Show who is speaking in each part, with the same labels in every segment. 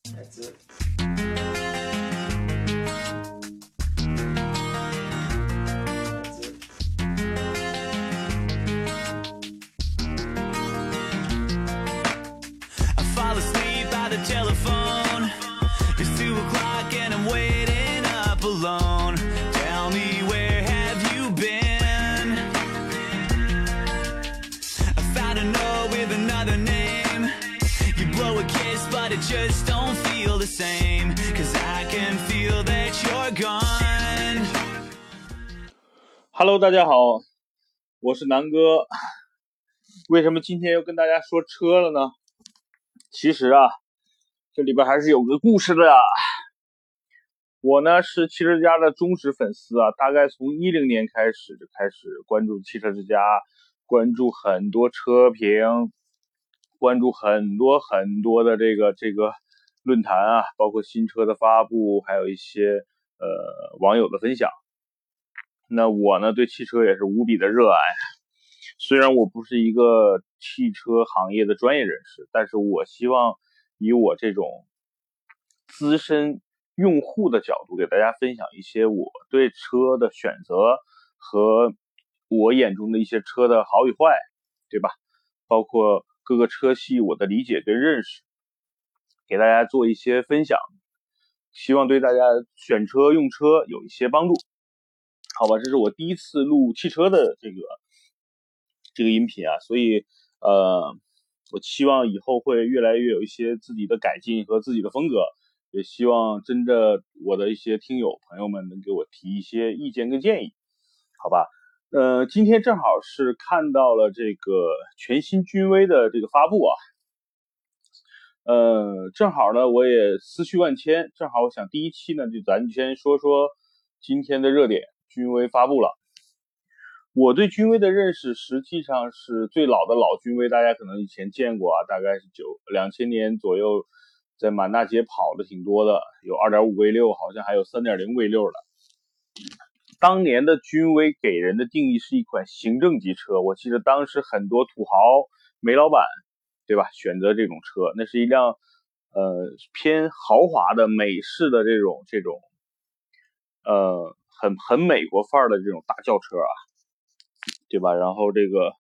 Speaker 1: That's it. That's it.
Speaker 2: I fall asleep by the telephone. It's 2 o'clock and I'm waiting up alone. Tell me, where have you been? I found a note with another name. You blow a kiss but it just don't feel the same. Cause I can feel that you're gone.
Speaker 3: Hello， 大家好，我是南哥。为什么今天又跟大家说车了呢？其实啊，这里边还是有个故事的。我呢是汽车之家的忠实粉丝啊，大概从2010年开始就开始关注汽车之家，关注很多车评，关注很多的这个论坛啊，包括新车的发布，还有一些网友的分享。那我呢对汽车也是无比的热爱，虽然我不是一个汽车行业的专业人士，但是我希望以我这种资深用户的角度给大家分享一些我对车的选择和我眼中的一些车的好与坏，对吧？包括各个车系我的理解跟认识，给大家做一些分享，希望对大家选车用车有一些帮助。好吧，这是我第一次录汽车的这个音频啊，所以我期望以后会越来越有一些自己的改进和自己的风格，也希望真的我的一些听友朋友们能给我提一些意见跟建议，好吧？今天正好是看到了这个全新君威的这个发布啊，正好呢我也思绪万千，正好我想第一期呢咱就先说说今天的热点，君威发布了。我对君威的认识实际上是最老的老君威，大家可能以前见过啊，大概是2000年左右在满大街跑的挺多的，有 2.5V6， 好像还有 3.0V6 的。当年的君威给人的定义是一款行政级车，我记得当时很多土豪煤老板，对吧，选择这种车，那是一辆偏豪华的美式的这种很美国范儿的这种大轿车啊，对吧？然后这个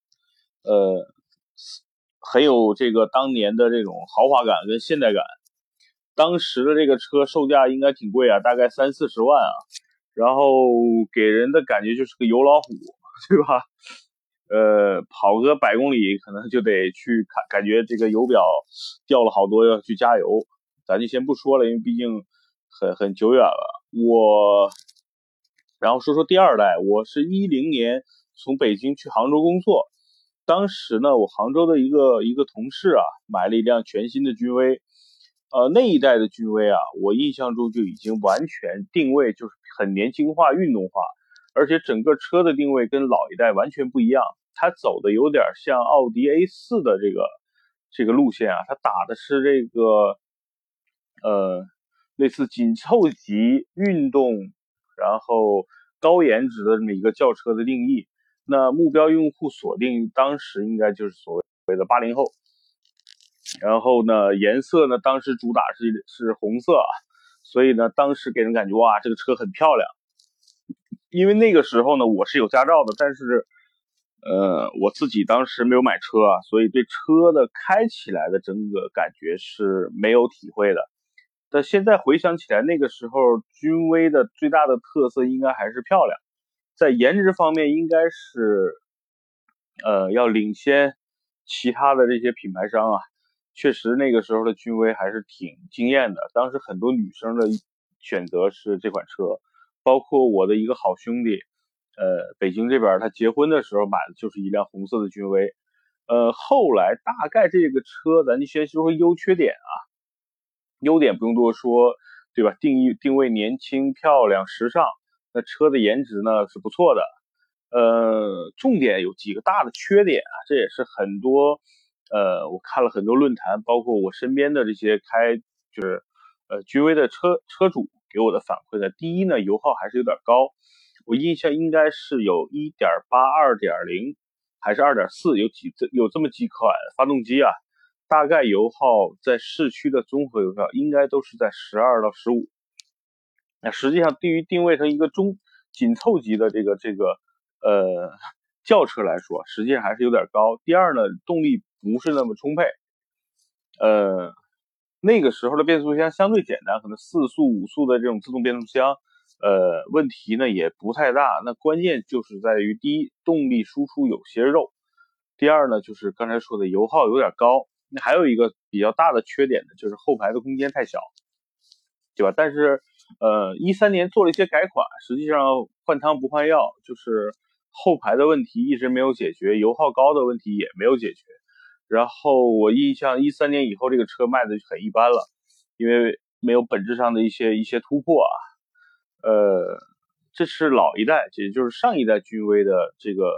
Speaker 3: 很有这个当年的这种豪华感跟现代感。当时的这个车售价应该挺贵啊，大概30-40万啊，然后给人的感觉就是个油老虎，对吧？跑个100公里可能就得去感觉这个油表掉了好多，要去加油。咱就先不说了，因为毕竟很久远了。然后说说第二代，我是2010年从北京去杭州工作，当时呢，我杭州的一个同事啊，买了一辆全新的君威，那一代的君威啊，我印象中就已经完全定位就是很年轻化、运动化，而且整个车的定位跟老一代完全不一样，它走的有点像奥迪 A4 的这个路线啊，它打的是这个类似紧凑级运动，然后高颜值的这么一个轿车的定义。那目标用户锁定当时应该就是所谓的80后。然后呢，颜色呢当时主打是红色啊，所以呢当时给人感觉哇，这个车很漂亮。因为那个时候呢我是有驾照的，但是我自己当时没有买车啊，所以对车的开起来的整个感觉是没有体会的。但现在回想起来，那个时候君威的最大的特色应该还是漂亮，在颜值方面应该是要领先其他的这些品牌商啊。确实那个时候的君威还是挺惊艳的，当时很多女生的选择是这款车，包括我的一个好兄弟，北京这边他结婚的时候买的就是一辆红色的君威。后来大概这个车咱就先说说优缺点啊。优点不用多说，对吧？定位年轻、漂亮、时尚，那车的颜值呢是不错的。重点有几个大的缺点啊，这也是很多我看了很多论坛，包括我身边的这些君威的车主给我的反馈呢。第一呢，油耗还是有点高，我印象应该是有 1.8、2.0还是2.4，有这么几款发动机啊， 大概油耗在市区的综合油耗应该都是在12到15。那实际上对于定位成一个紧凑级的轿车来说，实际上还是有点高。第二呢，动力不是那么充沛。那个时候的变速箱相对简单，可能4速、5速的这种自动变速箱，问题呢也不太大。那关键就是在于第一，动力输出有些肉；第二呢，就是刚才说的油耗有点高。那还有一个比较大的缺点呢，就是后排的空间太小，对吧？但是13年做了一些改款，实际上换汤不换药，就是后排的问题一直没有解决，油耗高的问题也没有解决。然后我印象13年以后这个车卖的就很一般了，因为没有本质上的一些突破啊。这是老一代，也就是上一代君威的这个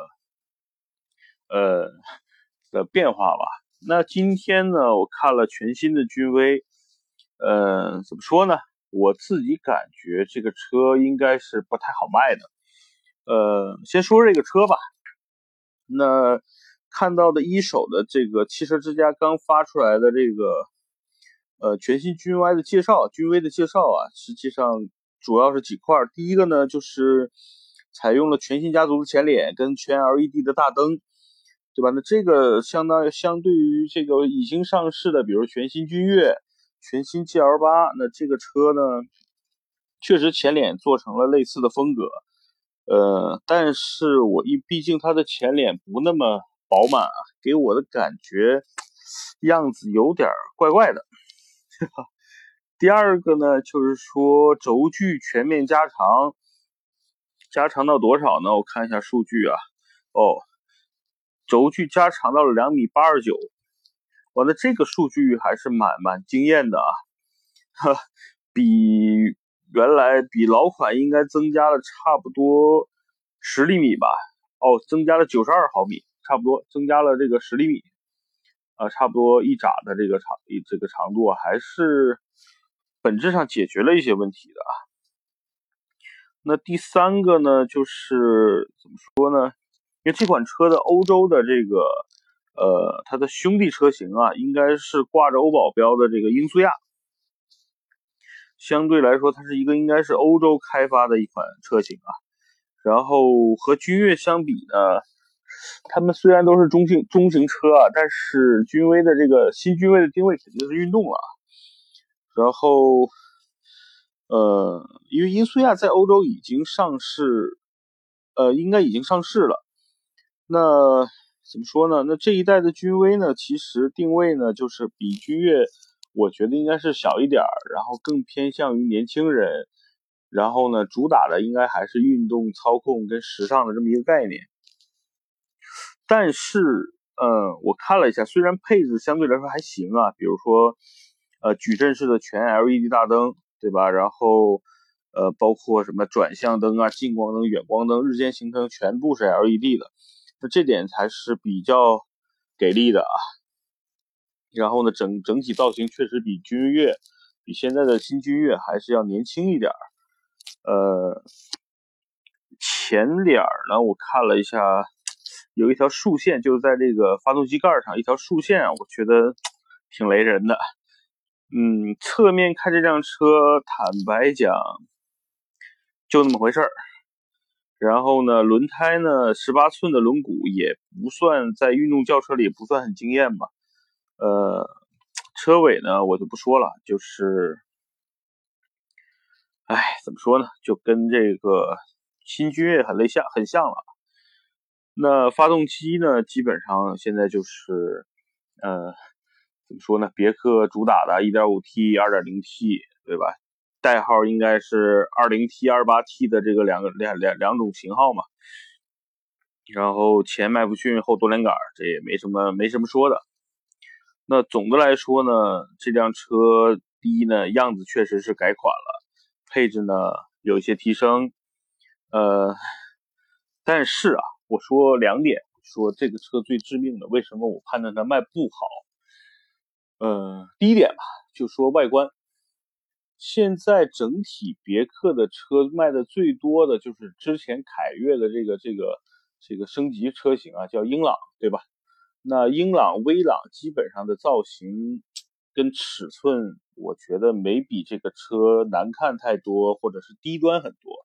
Speaker 3: 的变化吧。那今天呢，我看了全新的君威，怎么说呢？我自己感觉这个车应该是不太好卖的。先说这个车吧。那看到的一手的这个汽车之家刚发出来的这个全新君威的介绍啊，实际上主要是几块。第一个呢，就是采用了全新家族的前脸跟全 LED 的大灯，对吧？那这个相对于这个已经上市的，比如全新君越、全新 GL8，那这个车呢，确实前脸做成了类似的风格。但是毕竟它的前脸不那么饱满啊，给我的感觉样子有点怪怪的。第二个呢，就是说轴距全面加长到多少呢？我看一下数据啊。轴距加长到了2.89米。那这个数据还是蛮惊艳的啊。比老款应该增加了差不多10厘米吧。增加了92毫米，差不多增加了这个10厘米。差不多一拃的这个长度啊，还是本质上解决了一些问题的啊。那第三个呢，就是怎么说呢？因为这款车的欧洲的这个它的兄弟车型啊，应该是挂着欧宝标的这个英苏亚。相对来说，它是一个应该是欧洲开发的一款车型啊。然后和君越相比呢，他们虽然都是中型车啊，但是新君威的定位肯定是运动了。然后因为英苏亚在欧洲已经上市，应该已经上市了。那怎么说呢？那这一代的君威呢，其实定位呢就是比君越，我觉得应该是小一点，然后更偏向于年轻人。然后呢，主打的应该还是运动、操控跟时尚的这么一个概念。但是我看了一下，虽然配置相对来说还行啊，比如说矩阵式的全 LED 大灯，对吧？然后包括什么转向灯啊、近光灯、远光灯、日间行灯全部是 LED 的，那这点还是比较给力的啊。然后呢，整体造型确实比现在的新君越还是要年轻一点。前脸呢，我看了一下，有一条竖线，就是在这个发动机盖上一条竖线啊，我觉得挺雷人的。侧面看这辆车，坦白讲就那么回事儿。然后呢，轮胎呢，18寸的轮毂也不算在运动轿车里不算很惊艳吧。车尾呢我就不说了，就是怎么说呢，就跟这个新君越很像了。那发动机呢，基本上现在就是怎么说呢，别克主打的 1.5T、2.0T， 对吧？代号应该是 20T、28T 的这个两种型号嘛。然后前麦弗逊后多连杆，这也没什么说的。那总的来说呢，这辆车第一呢，样子确实是改款了，配置呢有一些提升。但是啊，我说2点，说这个车最致命的，为什么我判断它卖不好？第一点吧，就说外观。现在整体别克的车卖的最多的就是之前凯越的这个升级车型啊，叫英朗，对吧？ 那英朗、威朗基本上的造型跟尺寸，我觉得没比这个车难看太多，或者是低端很多。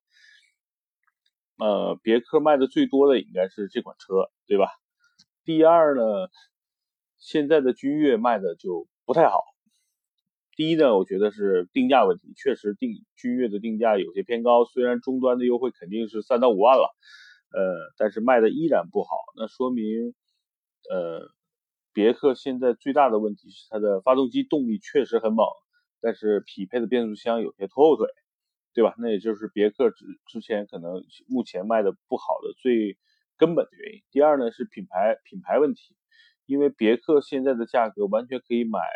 Speaker 3: 别克卖的最多的应该是这款车，对吧？第二呢，现在的君越卖的就不太好。第一呢，我觉得是定价问题，确实君越的定价有些偏高，虽然终端的优惠肯定是3到5万了，但是卖的依然不好，那说明，别克现在最大的问题是它的发动机动力确实很猛，但是匹配的变速箱有些拖后腿，对吧？那也就是别克之前可能目前卖的不好的最根本的原因。第二呢是品牌问题，因为别克现在的价格完全可以买，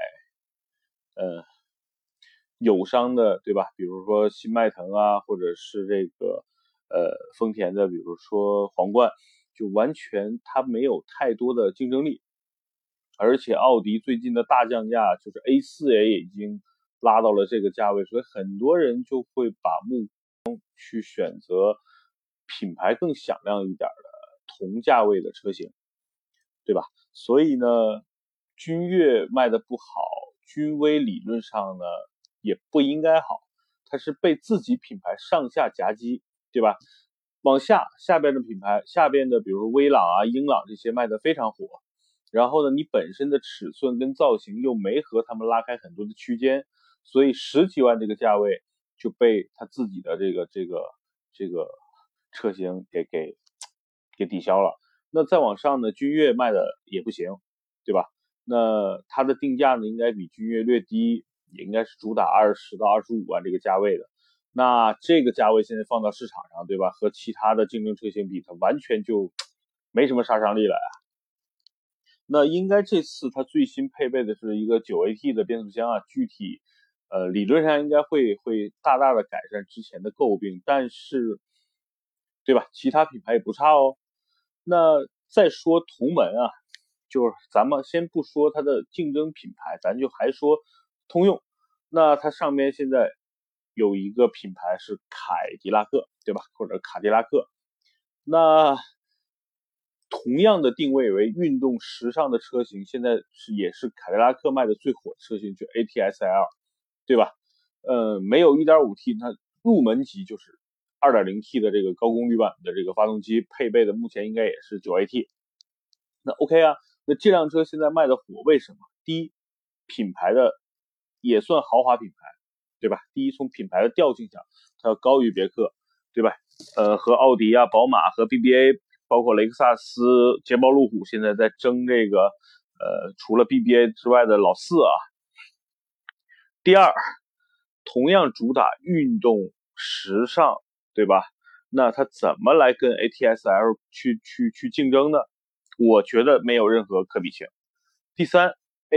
Speaker 3: 友商的，对吧？比如说新迈腾啊，或者是这个丰田的，比如说皇冠，就完全它没有太多的竞争力。而且奥迪最近的大降价，就是 A4 也已经拉到了这个价位，所以很多人就会把目光去选择品牌更响亮一点的同价位的车型，对吧？所以呢，君越卖的不好，君威理论上呢也不应该好，它是被自己品牌上下夹击，对吧？往下边的品牌，下边的比如说威朗啊、英朗这些卖的非常火，然后呢，你本身的尺寸跟造型又没和他们拉开很多的区间，所以10几万这个价位就被他自己的这个车型给抵消了。那再往上呢，君越卖的也不行，对吧？那它的定价呢，应该比君越略低，也应该是主打20到25万这个价位的。那这个价位现在放到市场上，对吧？和其他的竞争车型比，它完全就没什么杀伤力了呀。那应该这次它最新配备的是一个9AT 的变速箱啊，具体理论上应该会大大的改善之前的诟病，但是对吧？其他品牌也不差哦。那再说同门啊，就是咱们先不说它的竞争品牌，咱就还说通用。那它上面现在有一个品牌是凯迪拉克，对吧？或者卡迪拉克。那同样的定位为运动时尚的车型，现在也是凯迪拉克卖的最火的车型，就 ATS-L， 对吧？没有 1.5T， 它入门级就是 2.0T 的这个高功率版的这个发动机，配备的目前应该也是 9AT。那 OK 啊，那这辆车现在卖的火，为什么？第一，品牌的也算豪华品牌，对吧？第一，从品牌的调性上，它要高于别克，对吧？和奥迪啊、宝马和 BBA， 包括雷克萨斯、捷豹、路虎，现在在争这个除了 BBA 之外的老四啊。第二，同样主打运动时尚，对吧？那它怎么来跟 ATS-L 去竞争呢？我觉得没有任何可比性。第三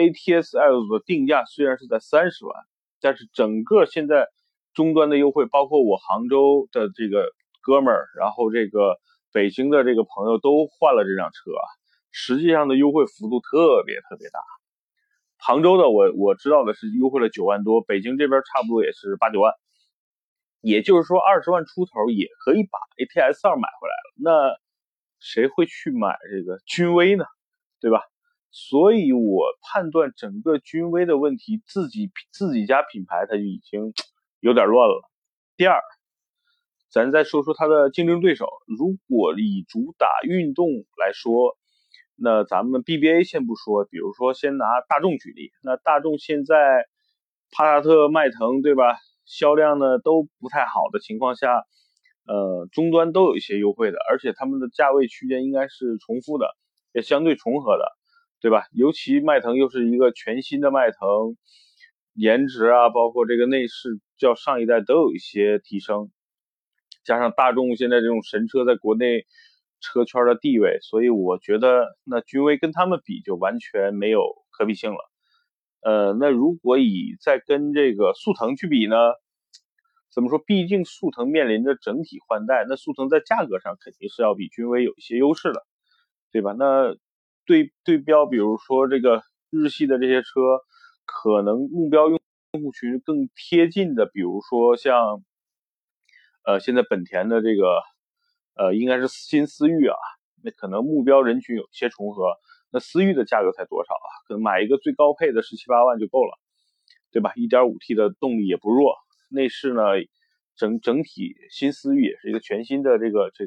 Speaker 3: ，ATS-L 的定价虽然是在30万，但是整个现在终端的优惠，包括我杭州的这个哥们儿，然后这个北京的这个朋友都换了这辆车啊，实际上的优惠幅度特别大。杭州的我知道的是优惠了9万多，北京这边差不多也是8、9万，也就是说20万出头也可以把 ATS-2 买回来了。那谁会去买这个君威呢？对吧？所以我判断整个君威的问题，自己家品牌它就已经有点乱了。第二，咱再说说它的竞争对手。如果以主打运动来说，那咱们 BBA 先不说，比如说先拿大众举例，那大众现在帕萨特、迈腾，对吧？销量呢都不太好的情况下，终端都有一些优惠的，而且他们的价位区间应该是重复的，也相对重合的，对吧？尤其迈腾又是一个全新的迈腾，颜值啊，包括这个内饰，较上一代都有一些提升。加上大众现在这种神车在国内车圈的地位，所以我觉得那君威跟他们比就完全没有可比性了。那如果再跟这个速腾去比呢？怎么说？毕竟速腾面临着整体换代，那速腾在价格上肯定是要比君威有一些优势的，对吧？那对标，比如说这个日系的这些车，可能目标用户群更贴近的，比如说像现在本田的这个应该是新思域啊，那可能目标人群有些重合。 那思域的价格才多少啊？可能买一个最高配的17、18万就够了，对吧？ 1.5T 的动力也不弱，内饰呢整体新思域也是一个全新的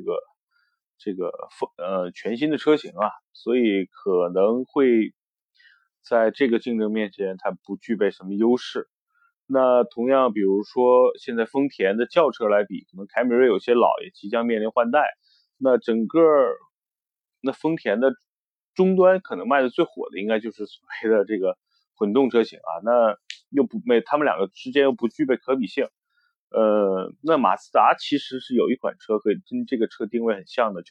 Speaker 3: 全新的车型啊，所以可能会在这个竞争面前它不具备什么优势。那同样，比如说现在丰田的轿车来比，可能凯美瑞有些老，也即将面临换代。那丰田的终端可能卖的最火的，应该就是所谓的这个混动车型啊。那他们两个之间又不具备可比性。那马自达其实是有一款车可以跟这个车定位很像的，就是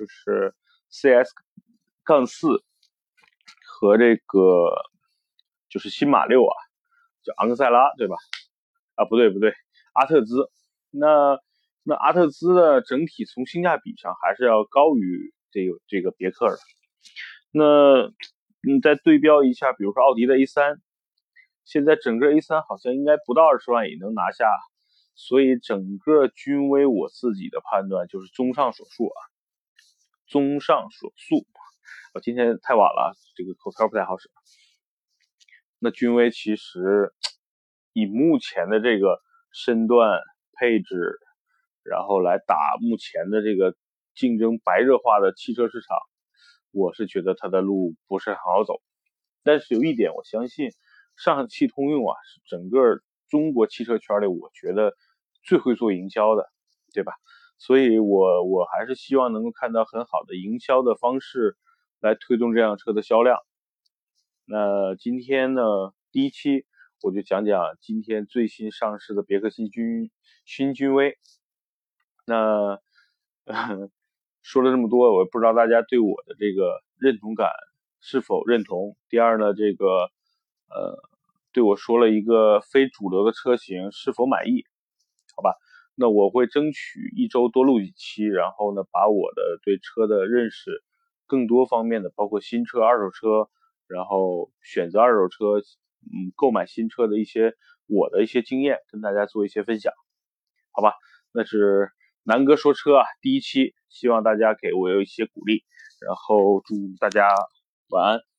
Speaker 3: CS-4 和这个就是新马6啊，叫昂克赛拉，对吧？啊，不对，阿特兹。那阿特兹的整体从性价比上还是要高于这个别克的。那你再对标一下，比如说奥迪的 A3， 现在整个 A3 好像应该不到20万也能拿下，所以整个君威我自己的判断就是综上所述啊，综上所述。我今天太晚了，这个口条不太好使。那君威其实以目前的这个身段配置，然后来打目前的这个竞争白热化的汽车市场，我是觉得它的路不是很好走。但是有一点我相信，上汽通用啊是整个中国汽车圈里我觉得最会做营销的，对吧？所以我还是希望能够看到很好的营销的方式来推动这辆车的销量。那今天呢，第一期我就讲讲今天最新上市的别克新君威。那说了这么多，我不知道大家对我的这个认同感是否认同。第二呢，对我说了一个非主流的车型是否满意？好吧，那我会争取一周多录几期，然后呢，把我的对车的认识更多方面的，包括新车、二手车，然后选择二手车，购买新车的我的一些经验，跟大家做一些分享，好吧？那是南哥说车啊，第一期，希望大家给我有一些鼓励，然后祝大家晚安。